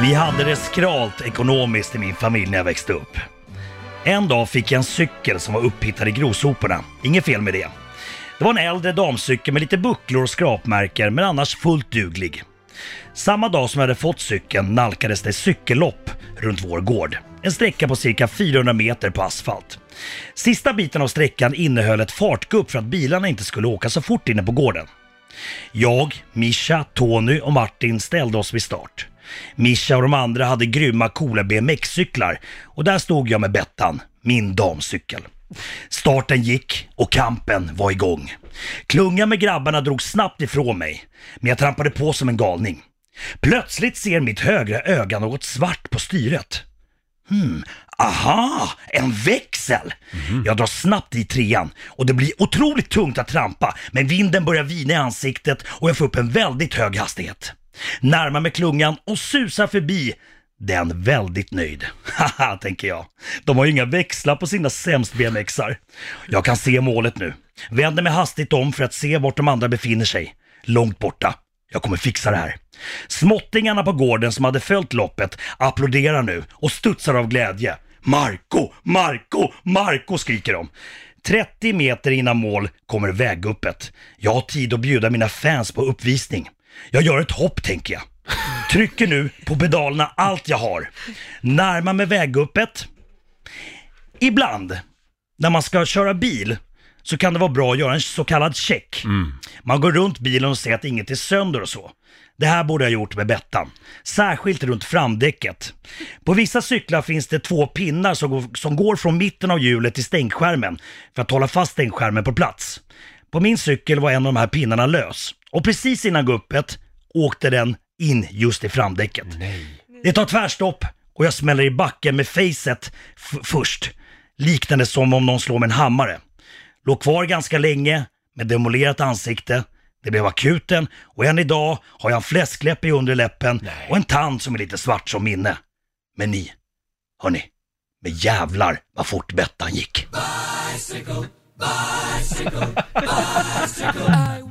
Vi hade det skralt ekonomiskt i min familj när jag växte upp. En dag fick jag en cykel som var upphittad i grovsoporna. Inget fel med det. Det var en äldre damcykel med lite bucklor och skrapmärker, men annars fullt duglig. Samma dag som jag hade fått cykeln nalkades det cykellopp runt vår gård. En sträcka på cirka 400 meter på asfalt. Sista biten av sträckan innehöll ett fartgupp för att bilarna inte skulle åka så fort inne på gården. Jag, Mischa, Tony och Martin ställde oss vid start. Mischa och de andra hade grymma coola BMX-cyklar och där stod jag med Bettan, min damcykel. Starten gick och kampen var igång. Klungan med grabbarna drog snabbt ifrån mig, men jag trampade på som en galning. Plötsligt ser mitt högra öga något svart på styret. Aha, en växel! Jag drar snabbt i trean och det blir otroligt tungt att trampa, men vinden börjar vina i ansiktet och jag får upp en väldigt hög hastighet. Närmar mig klungan och susar förbi den väldigt nöjd. Haha, tänker jag. De har ju inga växlar på sina sämst BMXar. Jag kan se målet nu. Vänder mig hastigt om för att se vart de andra befinner sig. Långt borta. Jag kommer fixa det här. Småttingarna på gården som hade följt loppet applåderar nu och studsar av glädje. Marco, Marco, Marco, skriker de. 30 meter innan mål kommer vägguppet. Jag har tid att bjuda mina fans på uppvisning. Jag gör ett hopp, tänker jag. Trycker nu på pedalerna allt jag har. Närmar med vägguppet. Ibland, när man ska köra bil, så kan det vara bra att göra en så kallad check. Man går runt bilen och ser att inget är sönder och så. Det här borde jag gjort med Bettan. Särskilt runt framdäcket. På vissa cyklar finns det 2 pinnar som går från mitten av hjulet till stänkskärmen för att hålla fast stänkskärmen på plats. På min cykel var en av de här pinnarna lös. Och precis innan guppet åkte den in just i framdäcket. Nej. Det tar tvärstopp och jag smäller i backen med facet först. Liknande som om någon slår med en hammare. Låg kvar ganska länge med demolerat ansikte. Det blev akuten och än idag har jag en fläskläpp i underläppen och en tand som är lite svart som minne. Men ni, hörni, med jävlar vad fort Bettan gick. Bicycle, bicycle, bicycle.